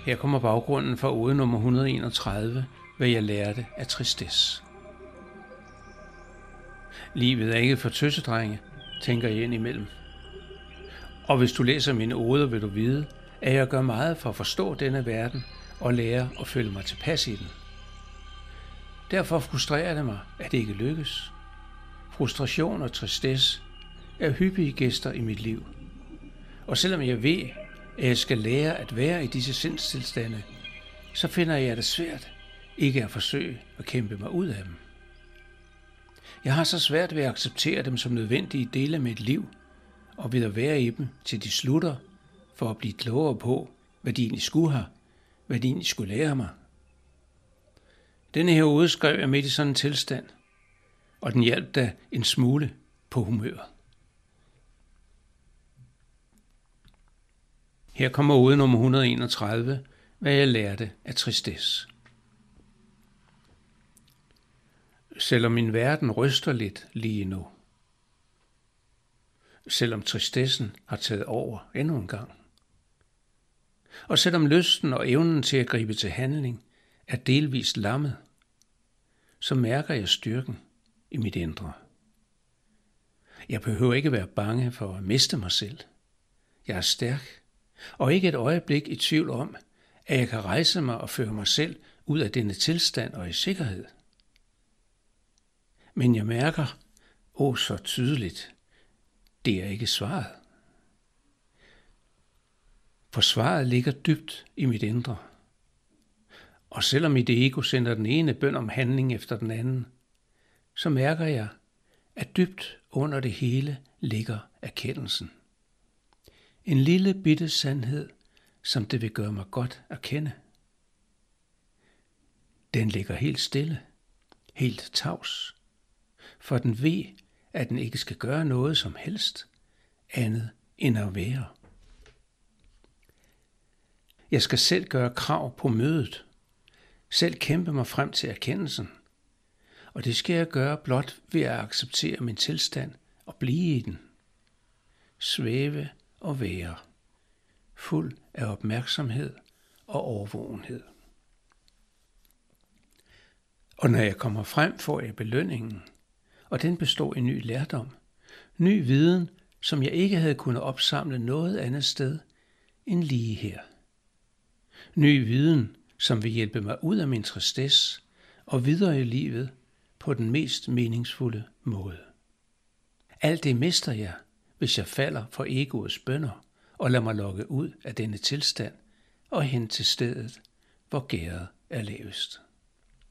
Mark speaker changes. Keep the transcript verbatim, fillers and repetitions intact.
Speaker 1: Her kommer baggrunden for ode nummer et hundrede og enogtredive, hvad jeg lærte af tristesse. Livet er ikke for tøsedrenge, tænker jeg ind imellem. Og hvis du læser mine oder, vil du vide, at jeg gør meget for at forstå denne verden og lære at føle mig tilpas i den. Derfor frustrerer det mig, at det ikke lykkes. Frustration og tristesse er hyppige gæster i mit liv. Og selvom jeg ved, at jeg skal lære at være i disse sindstilstande, så finder jeg det svært ikke at forsøge at kæmpe mig ud af dem. Jeg har så svært ved at acceptere dem som nødvendige dele af mit liv, og ved at være i dem, til de slutter, for at blive klogere på, hvad de egentlig skulle have, hvad de egentlig skulle lære mig. Denne her ode skrev jeg midt i sådan en tilstand, og den hjalp da en smule på humøret. Her kommer ode nummer et hundrede og enogtredive, hvad jeg lærte af tristesse. Selvom min verden ryster lidt lige nu. Selvom tristessen har taget over endnu en gang. Og selvom lysten og evnen til at gribe til handling er delvist lammet, så mærker jeg styrken i mit indre. Jeg behøver ikke være bange for at miste mig selv. Jeg er stærk, og ikke et øjeblik i tvivl om, at jeg kan rejse mig og føre mig selv ud af denne tilstand og i sikkerhed. Men jeg mærker, åh så tydeligt, det er ikke svaret. For svaret ligger dybt i mit indre. Og selvom mit ego sender den ene bøn om handling efter den anden, så mærker jeg, at dybt under det hele ligger erkendelsen. En lille bitte sandhed, som det vil gøre mig godt at kende. Den ligger helt stille, helt tavs, for den ved, at den ikke skal gøre noget som helst andet end at være. Jeg skal selv gøre krav på mødet, selv kæmpe mig frem til erkendelsen, og det skal jeg gøre blot ved at acceptere min tilstand og blive i den. Svæve og være, fuld af opmærksomhed og overvågenhed. Og når jeg kommer frem, får jeg belønningen, og den består i ny lærdom, ny viden, som jeg ikke havde kunnet opsamle noget andet sted end lige her. Ny viden, som vil hjælpe mig ud af min tristesse og videre i livet på den mest meningsfulde måde. Alt det mister jeg, hvis jeg falder for egoets bønner og lader mig lokke ud af denne tilstand og hen til stedet, hvor gæret er lavest.